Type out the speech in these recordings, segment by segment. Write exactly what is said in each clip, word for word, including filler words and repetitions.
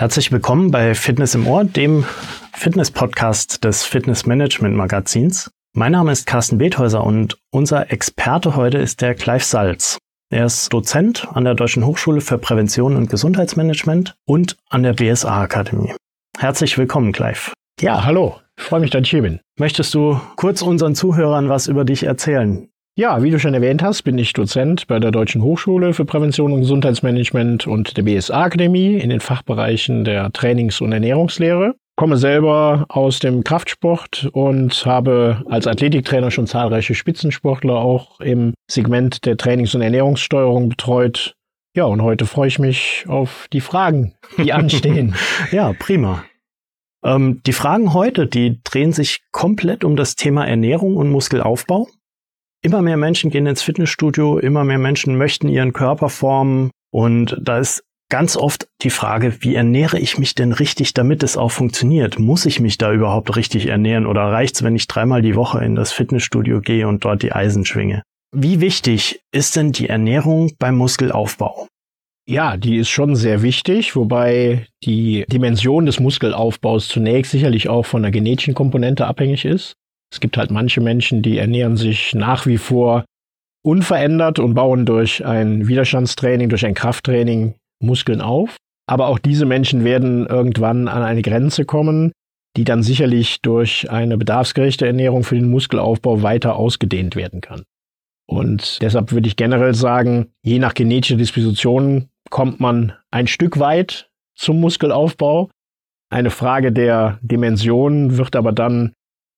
Herzlich willkommen bei Fitness im Ohr, dem Fitness-Podcast des Fitness-Management-Magazins. Mein Name ist Carsten Bethäuser und unser Experte heute ist der Clive Salz. Er ist Dozent an der Deutschen Hochschule für Prävention und Gesundheitsmanagement und an der B S A-Akademie. Herzlich willkommen, Clive. Ja, hallo. Ich freue mich, dass ich hier bin. Möchtest du kurz unseren Zuhörern was über dich erzählen? Ja, wie du schon erwähnt hast, bin ich Dozent bei der Deutschen Hochschule für Prävention und Gesundheitsmanagement und der B S A-Akademie in den Fachbereichen der Trainings- und Ernährungslehre. Komme selber aus dem Kraftsport und habe als Athletiktrainer schon zahlreiche Spitzensportler auch im Segment der Trainings- und Ernährungssteuerung betreut. Ja, und heute freue ich mich auf die Fragen, die anstehen. Ja, prima. Ähm, die Fragen heute, die drehen sich komplett um das Thema Ernährung und Muskelaufbau. Immer mehr Menschen gehen ins Fitnessstudio, immer mehr Menschen möchten ihren Körper formen und da ist ganz oft die Frage, wie ernähre ich mich denn richtig, damit es auch funktioniert? Muss ich mich da überhaupt richtig ernähren oder reicht's, wenn ich dreimal die Woche in das Fitnessstudio gehe und dort die Eisen schwinge? Wie wichtig ist denn die Ernährung beim Muskelaufbau? Ja, die ist schon sehr wichtig, wobei die Dimension des Muskelaufbaus zunächst sicherlich auch von der genetischen Komponente abhängig ist. Es gibt halt manche Menschen, die ernähren sich nach wie vor unverändert und bauen durch ein Widerstandstraining, durch ein Krafttraining Muskeln auf. Aber auch diese Menschen werden irgendwann an eine Grenze kommen, die dann sicherlich durch eine bedarfsgerechte Ernährung für den Muskelaufbau weiter ausgedehnt werden kann. Und deshalb würde ich generell sagen, je nach genetischer Disposition kommt man ein Stück weit zum Muskelaufbau. Eine Frage der Dimension wird aber dann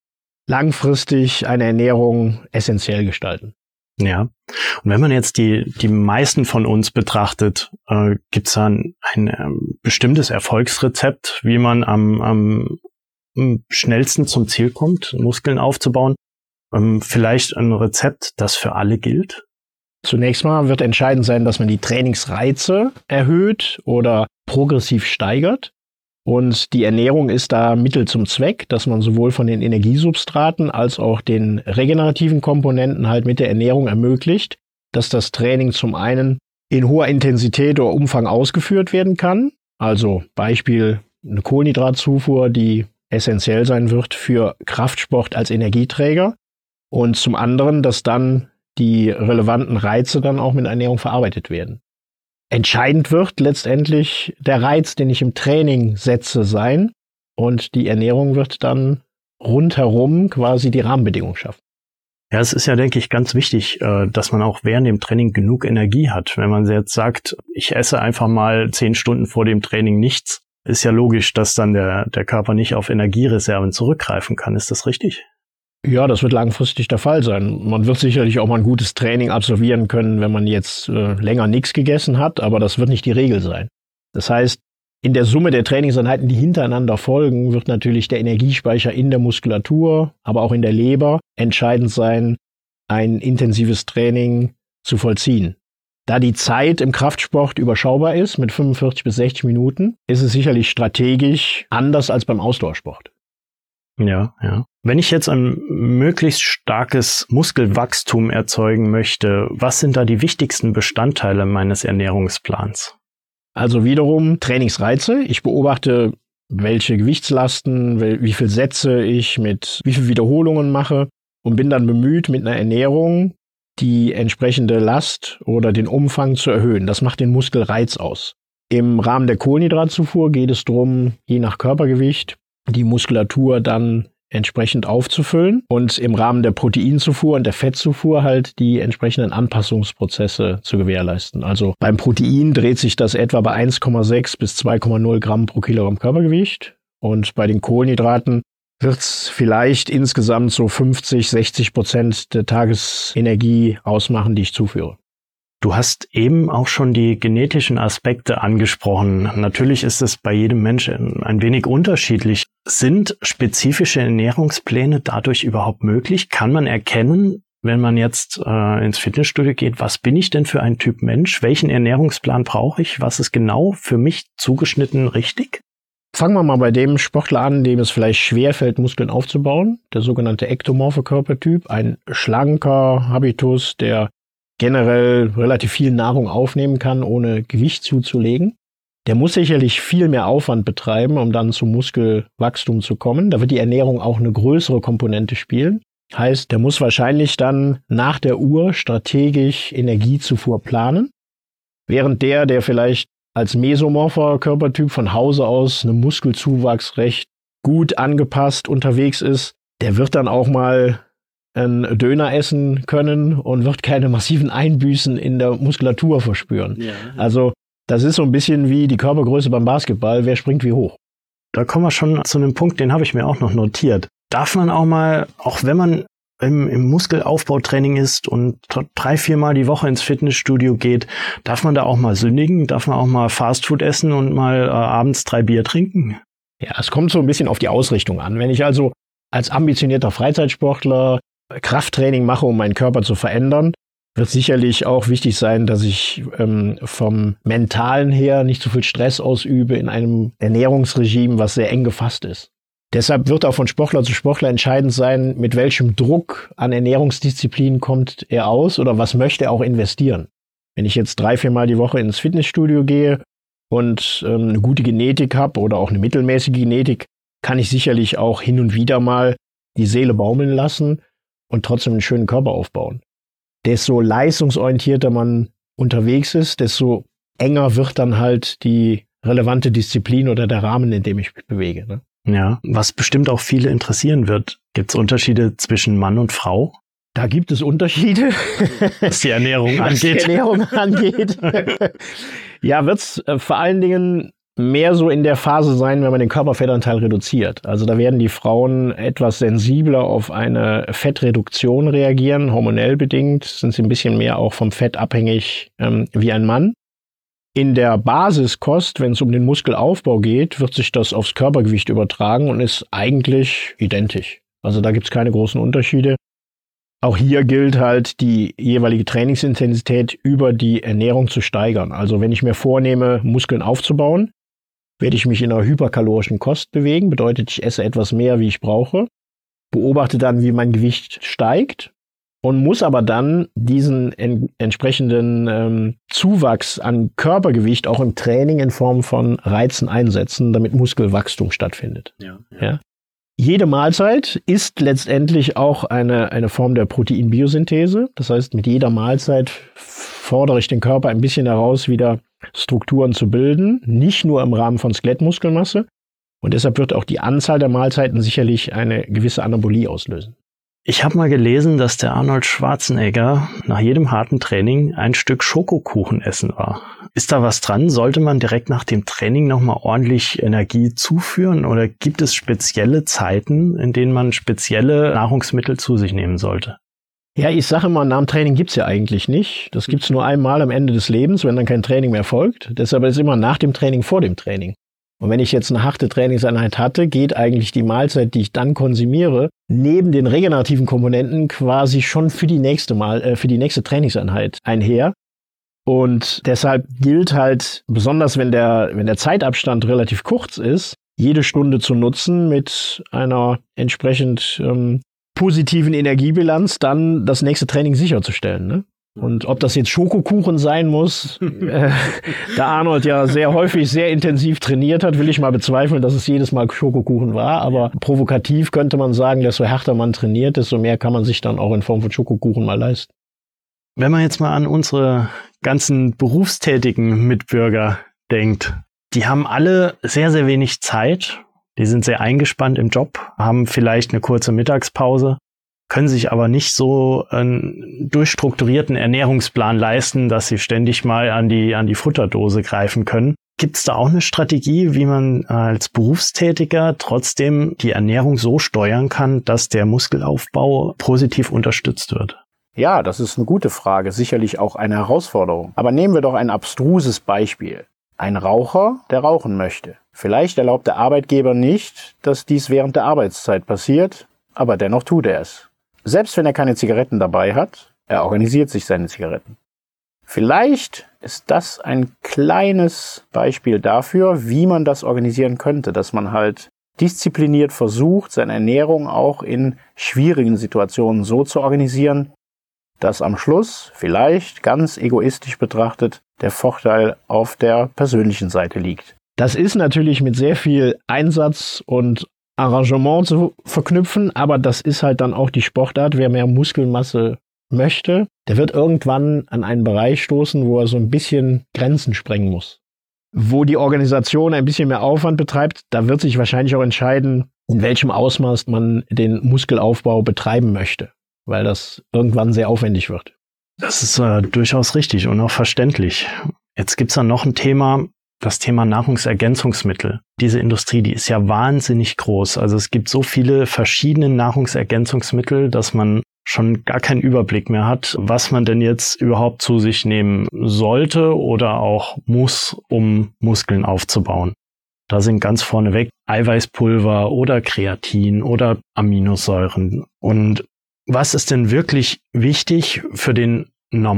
langfristig eine Ernährung essentiell gestalten. Ja, und wenn man jetzt die die meisten von uns betrachtet, äh, gibt es da ein, ein ähm, bestimmtes Erfolgsrezept, wie man am, am, am schnellsten zum Ziel kommt, Muskeln aufzubauen? Ähm, vielleicht ein Rezept, das für alle gilt? Zunächst mal wird entscheidend sein, dass man die Trainingsreize erhöht oder progressiv steigert. Und die Ernährung ist da Mittel zum Zweck, dass man sowohl von den Energiesubstraten als auch den regenerativen Komponenten halt mit der Ernährung ermöglicht, dass das Training zum einen in hoher Intensität oder Umfang ausgeführt werden kann. Also Beispiel eine Kohlenhydratzufuhr, die essentiell sein wird für Kraftsport als Energieträger. Und zum anderen, dass dann die relevanten Reize dann auch mit Ernährung verarbeitet werden. Entscheidend wird letztendlich der Reiz, den ich im Training setze, sein. Und die Ernährung wird dann rundherum quasi die Rahmenbedingungen schaffen. Ja, es ist ja, denke ich, ganz wichtig, dass man auch während dem Training genug Energie hat. Wenn man jetzt sagt, ich esse einfach mal zehn Stunden vor dem Training nichts, ist ja logisch, dass dann der, der Körper nicht auf Energiereserven zurückgreifen kann. Ist das richtig? Ja, das wird langfristig der Fall sein. Man wird sicherlich auch mal ein gutes Training absolvieren können, wenn man jetzt äh, länger nichts gegessen hat, aber das wird nicht die Regel sein. Das heißt, in der Summe der Trainingseinheiten, die hintereinander folgen, wird natürlich der Energiespeicher in der Muskulatur, aber auch in der Leber entscheidend sein, ein intensives Training zu vollziehen. Da die Zeit im Kraftsport überschaubar ist, mit fünfundvierzig bis sechzig Minuten, ist es sicherlich strategisch anders als beim Ausdauersport. Ja, ja. Wenn ich jetzt ein möglichst starkes Muskelwachstum erzeugen möchte, was sind da die wichtigsten Bestandteile meines Ernährungsplans? Also wiederum Trainingsreize. Ich beobachte, welche Gewichtslasten, wie viele Sätze ich mit wie viele Wiederholungen mache und bin dann bemüht, mit einer Ernährung die entsprechende Last oder den Umfang zu erhöhen. Das macht den Muskelreiz aus. Im Rahmen der Kohlenhydratzufuhr geht es darum, je nach Körpergewicht, die Muskulatur dann entsprechend aufzufüllen und im Rahmen der Proteinzufuhr und der Fettzufuhr halt die entsprechenden Anpassungsprozesse zu gewährleisten. Also beim Protein dreht sich das etwa bei eins Komma sechs bis zwei Komma null Gramm pro Kilogramm Körpergewicht und bei den Kohlenhydraten wird es vielleicht insgesamt so fünfzig, sechzig Prozent der Tagesenergie ausmachen, die ich zuführe. Du hast eben auch schon die genetischen Aspekte angesprochen. Natürlich ist es bei jedem Menschen ein wenig unterschiedlich. Sind spezifische Ernährungspläne dadurch überhaupt möglich? Kann man erkennen, wenn man jetzt äh, ins Fitnessstudio geht, was bin ich denn für ein Typ Mensch? Welchen Ernährungsplan brauche ich? Was ist genau für mich zugeschnitten richtig? Fangen wir mal bei dem Sportler an, dem es vielleicht schwerfällt, Muskeln aufzubauen. Der sogenannte ektomorphe Körpertyp. Ein schlanker Habitus, der generell relativ viel Nahrung aufnehmen kann, ohne Gewicht zuzulegen. Der muss sicherlich viel mehr Aufwand betreiben, um dann zum Muskelwachstum zu kommen. Da wird die Ernährung auch eine größere Komponente spielen. Heißt, der muss wahrscheinlich dann nach der Uhr strategisch Energiezufuhr planen, während der, der vielleicht als mesomorpher Körpertyp von Hause aus einem Muskelzuwachs recht gut angepasst unterwegs ist, der wird dann auch mal einen Döner essen können und wird keine massiven Einbüßen in der Muskulatur verspüren. Ja. Also das ist so ein bisschen wie die Körpergröße beim Basketball, wer springt wie hoch. Da kommen wir schon zu einem Punkt, den habe ich mir auch noch notiert. Darf man auch mal, auch wenn man im, im Muskelaufbautraining ist und drei, viermal die Woche ins Fitnessstudio geht, darf man da auch mal sündigen? Darf man auch mal Fastfood essen und mal äh, abends drei Bier trinken? Ja, es kommt so ein bisschen auf die Ausrichtung an. Wenn ich also als ambitionierter Freizeitsportler Krafttraining mache, um meinen Körper zu verändern, wird sicherlich auch wichtig sein, dass ich ähm, vom Mentalen her nicht so viel Stress ausübe in einem Ernährungsregime, was sehr eng gefasst ist. Deshalb wird auch von Sportler zu Sportler entscheidend sein, mit welchem Druck an Ernährungsdisziplin kommt er aus oder was möchte er auch investieren. Wenn ich jetzt drei, viermal die Woche ins Fitnessstudio gehe und ähm, eine gute Genetik habe oder auch eine mittelmäßige Genetik, kann ich sicherlich auch hin und wieder mal die Seele baumeln lassen und trotzdem einen schönen Körper aufbauen. Desto leistungsorientierter man unterwegs ist, desto enger wird dann halt die relevante Disziplin oder der Rahmen, in dem ich mich bewege, ne? Ja, was bestimmt auch viele interessieren wird. Gibt es Unterschiede zwischen Mann und Frau? Da gibt es Unterschiede. Was die Ernährung was angeht. Die Ernährung angeht. Ja, wird es äh, vor allen Dingen mehr so in der Phase sein, wenn man den Körperfettanteil reduziert. Also da werden die Frauen etwas sensibler auf eine Fettreduktion reagieren, hormonell bedingt, sind sie ein bisschen mehr auch vom Fett abhängig ähm, wie ein Mann. In der Basiskost, wenn es um den Muskelaufbau geht, wird sich das aufs Körpergewicht übertragen und ist eigentlich identisch. Also da gibt es keine großen Unterschiede. Auch hier gilt halt, die jeweilige Trainingsintensität über die Ernährung zu steigern. Also wenn ich mir vornehme, Muskeln aufzubauen, werde ich mich in einer hyperkalorischen Kost bewegen. Bedeutet, ich esse etwas mehr, wie ich brauche. Beobachte dann, wie mein Gewicht steigt. Und muss aber dann diesen en- entsprechenden ähm, Zuwachs an Körpergewicht auch im Training in Form von Reizen einsetzen, damit Muskelwachstum stattfindet. Ja, ja. Ja. Jede Mahlzeit ist letztendlich auch eine, eine Form der Proteinbiosynthese. Das heißt, mit jeder Mahlzeit fordere ich den Körper ein bisschen heraus, wieder Strukturen zu bilden, nicht nur im Rahmen von Skelettmuskelmasse. Und deshalb wird auch die Anzahl der Mahlzeiten sicherlich eine gewisse Anabolie auslösen. Ich habe mal gelesen, dass der Arnold Schwarzenegger nach jedem harten Training ein Stück Schokokuchen essen war. Ist da was dran? Sollte man direkt nach dem Training nochmal ordentlich Energie zuführen? Oder gibt es spezielle Zeiten, in denen man spezielle Nahrungsmittel zu sich nehmen sollte? Ja, ich sage immer, nach dem Training gibt's ja eigentlich nicht. Das gibt's nur einmal am Ende des Lebens, wenn dann kein Training mehr folgt. Deshalb ist immer nach dem Training vor dem Training. Und wenn ich jetzt eine harte Trainingseinheit hatte, geht eigentlich die Mahlzeit, die ich dann konsumiere, neben den regenerativen Komponenten quasi schon für die nächste Mal, äh, für die nächste Trainingseinheit einher. Und deshalb gilt halt, besonders wenn der, wenn der Zeitabstand relativ kurz ist, jede Stunde zu nutzen mit einer entsprechend ähm, positiven Energiebilanz, dann das nächste Training sicherzustellen, ne? Und ob das jetzt Schokokuchen sein muss, äh, da Arnold ja sehr häufig sehr intensiv trainiert hat, will ich mal bezweifeln, dass es jedes Mal Schokokuchen war. Aber provokativ könnte man sagen, desto härter man trainiert, desto mehr kann man sich dann auch in Form von Schokokuchen mal leisten. Wenn man jetzt mal an unsere ganzen berufstätigen Mitbürger denkt, die haben alle sehr, sehr wenig Zeit. Die sind sehr eingespannt im Job, haben vielleicht eine kurze Mittagspause, können sich aber nicht so einen durchstrukturierten Ernährungsplan leisten, dass sie ständig mal an die, an die Futterdose greifen können. Gibt es da auch eine Strategie, wie man als Berufstätiger trotzdem die Ernährung so steuern kann, dass der Muskelaufbau positiv unterstützt wird? Ja, das ist eine gute Frage, sicherlich auch eine Herausforderung. Aber nehmen wir doch ein abstruses Beispiel. Ein Raucher, der rauchen möchte. Vielleicht erlaubt der Arbeitgeber nicht, dass dies während der Arbeitszeit passiert, aber dennoch tut er es. Selbst wenn er keine Zigaretten dabei hat, er organisiert sich seine Zigaretten. Vielleicht ist das ein kleines Beispiel dafür, wie man das organisieren könnte, dass man halt diszipliniert versucht, seine Ernährung auch in schwierigen Situationen so zu organisieren, dass am Schluss vielleicht ganz egoistisch betrachtet der Vorteil auf der persönlichen Seite liegt. Das ist natürlich mit sehr viel Einsatz und Arrangement zu verknüpfen, aber das ist halt dann auch die Sportart. Wer mehr Muskelmasse möchte, der wird irgendwann an einen Bereich stoßen, wo er so ein bisschen Grenzen sprengen muss. Wo die Organisation ein bisschen mehr Aufwand betreibt, da wird sich wahrscheinlich auch entscheiden, in welchem Ausmaß man den Muskelaufbau betreiben möchte, weil das irgendwann sehr aufwendig wird. Das ist äh, durchaus richtig und auch verständlich. Jetzt gibt's dann noch ein Thema, das Thema Nahrungsergänzungsmittel. Diese Industrie, die ist ja wahnsinnig groß. Also es gibt so viele verschiedene Nahrungsergänzungsmittel, dass man schon gar keinen Überblick mehr hat, was man denn jetzt überhaupt zu sich nehmen sollte oder auch muss, um Muskeln aufzubauen. Da sind ganz vorneweg Eiweißpulver oder Kreatin oder Aminosäuren. Und was ist denn wirklich wichtig für den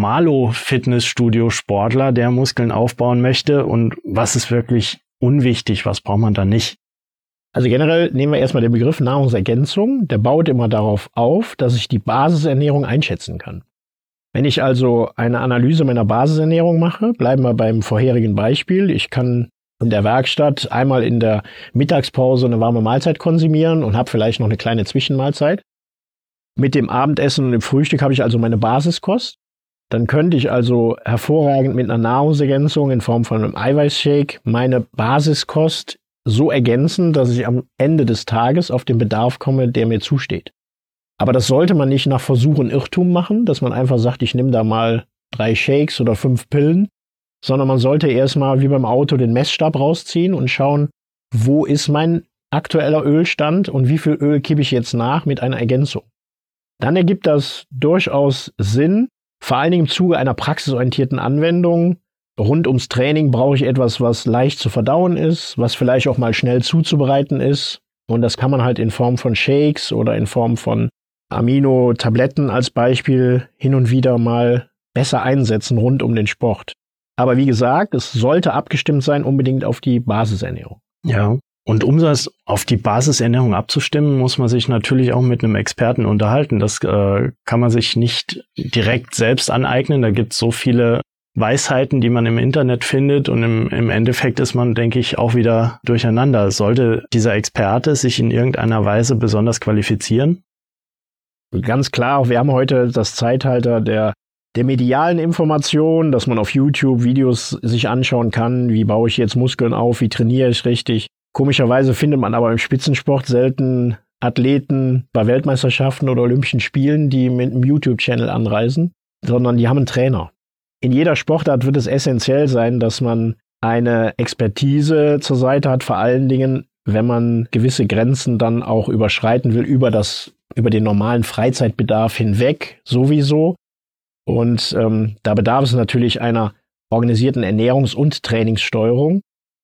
Normalo-Fitnessstudio-Sportler, der Muskeln aufbauen möchte, und was ist wirklich unwichtig, was braucht man da nicht? Also generell nehmen wir erstmal den Begriff Nahrungsergänzung. Der baut immer darauf auf, dass ich die Basisernährung einschätzen kann. Wenn ich also eine Analyse meiner Basisernährung mache, bleiben wir beim vorherigen Beispiel. Ich kann in der Werkstatt einmal in der Mittagspause eine warme Mahlzeit konsumieren und habe vielleicht noch eine kleine Zwischenmahlzeit. Mit dem Abendessen und dem Frühstück habe ich also meine Basiskost. Dann könnte ich also hervorragend mit einer Nahrungsergänzung in Form von einem Eiweißshake meine Basiskost so ergänzen, dass ich am Ende des Tages auf den Bedarf komme, der mir zusteht. Aber das sollte man nicht nach Versuch und Irrtum machen, dass man einfach sagt, ich nehme da mal drei Shakes oder fünf Pillen, sondern man sollte erstmal wie beim Auto den Messstab rausziehen und schauen, wo ist mein aktueller Ölstand und wie viel Öl kippe ich jetzt nach mit einer Ergänzung. Dann ergibt das durchaus Sinn, vor allen Dingen im Zuge einer praxisorientierten Anwendung. Rund ums Training brauche ich etwas, was leicht zu verdauen ist, was vielleicht auch mal schnell zuzubereiten ist. Und das kann man halt in Form von Shakes oder in Form von Amino-Tabletten als Beispiel hin und wieder mal besser einsetzen rund um den Sport. Aber wie gesagt, es sollte abgestimmt sein unbedingt auf die Basisernährung. Ja. Und um das auf die Basisernährung abzustimmen, muss man sich natürlich auch mit einem Experten unterhalten. Das äh, kann man sich nicht direkt selbst aneignen. Da gibt es so viele Weisheiten, die man im Internet findet. Und im, im Endeffekt ist man, denke ich, auch wieder durcheinander. Sollte dieser Experte sich in irgendeiner Weise besonders qualifizieren? Ganz klar, wir haben heute das Zeitalter der, der medialen Information, dass man auf YouTube Videos sich anschauen kann. Wie baue ich jetzt Muskeln auf? Wie trainiere ich richtig? Komischerweise findet man aber im Spitzensport selten Athleten bei Weltmeisterschaften oder Olympischen Spielen, die mit einem YouTube-Channel anreisen, sondern die haben einen Trainer. In jeder Sportart wird es essentiell sein, dass man eine Expertise zur Seite hat, vor allen Dingen, wenn man gewisse Grenzen dann auch überschreiten will, über das, über den normalen Freizeitbedarf hinweg sowieso. Und ähm, da bedarf es natürlich einer organisierten Ernährungs- und Trainingssteuerung.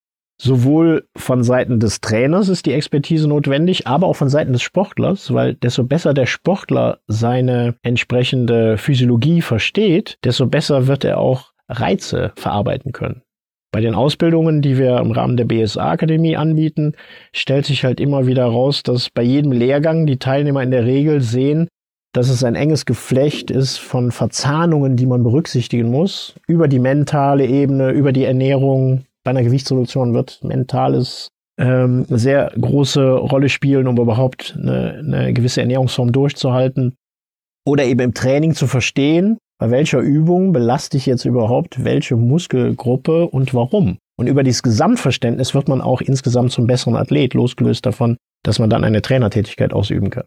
Sowohl von Seiten des Trainers ist die Expertise notwendig, aber auch von Seiten des Sportlers, weil desto besser der Sportler seine entsprechende Physiologie versteht, desto besser wird er auch Reize verarbeiten können. Bei den Ausbildungen, die wir im Rahmen der B S A-Akademie anbieten, stellt sich halt immer wieder raus, dass bei jedem Lehrgang die Teilnehmer in der Regel sehen, dass es ein enges Geflecht ist von Verzahnungen, die man berücksichtigen muss, über die mentale Ebene, über die Ernährung. Bei einer Gewichtsreduktion wird Mentales ähm, eine sehr große Rolle spielen, um überhaupt eine, eine gewisse Ernährungsform durchzuhalten. Oder eben im Training zu verstehen, bei welcher Übung belaste ich jetzt überhaupt welche Muskelgruppe und warum. Und über dieses Gesamtverständnis wird man auch insgesamt zum besseren Athlet, losgelöst davon, dass man dann eine Trainertätigkeit ausüben kann.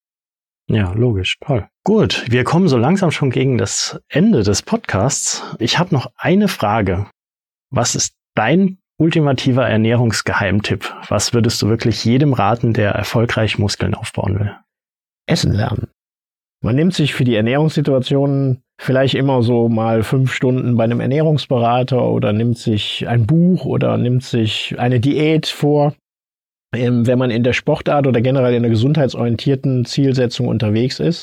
Ja, logisch. Toll. Gut, wir kommen so langsam schon gegen das Ende des Podcasts. Ich habe noch eine Frage. Was ist dein ultimativer Ernährungsgeheimtipp? Was würdest du wirklich jedem raten, der erfolgreich Muskeln aufbauen will? Essen lernen. Man nimmt sich für die Ernährungssituation vielleicht immer so mal fünf Stunden bei einem Ernährungsberater oder nimmt sich ein Buch oder nimmt sich eine Diät vor. Ähm, wenn man in der Sportart oder generell in einer gesundheitsorientierten Zielsetzung unterwegs ist,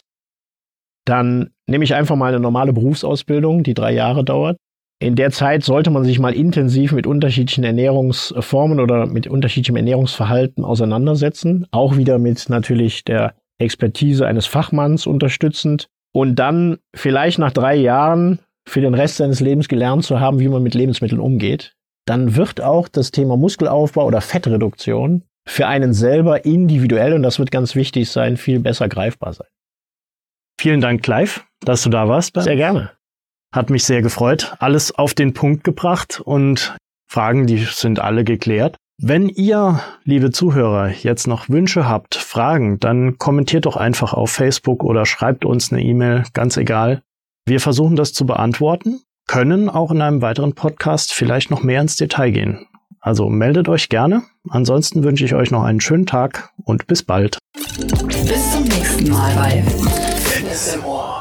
dann nehme ich einfach mal eine normale Berufsausbildung, die drei Jahre dauert. In der Zeit sollte man sich mal intensiv mit unterschiedlichen Ernährungsformen oder mit unterschiedlichem Ernährungsverhalten auseinandersetzen. Auch wieder mit natürlich der Expertise eines Fachmanns unterstützend. und dann vielleicht nach drei Jahren für den Rest seines Lebens gelernt zu haben, wie man mit Lebensmitteln umgeht, dann wird auch das Thema Muskelaufbau oder Fettreduktion für einen selber individuell, und das wird ganz wichtig sein, viel besser greifbar sein. Vielen Dank, Clive, dass du da warst. Sehr gerne. Hat mich sehr gefreut. Alles auf den Punkt gebracht und Fragen, die sind alle geklärt. Wenn ihr, liebe Zuhörer, jetzt noch Wünsche habt, Fragen, dann kommentiert doch einfach auf Facebook oder schreibt uns eine E-Mail, ganz egal. Wir versuchen das zu beantworten, können auch in einem weiteren Podcast vielleicht noch mehr ins Detail gehen. Also meldet euch gerne. Ansonsten wünsche ich euch noch einen schönen Tag und bis bald. Bis zum nächsten Mal bei Fitness im Ohr.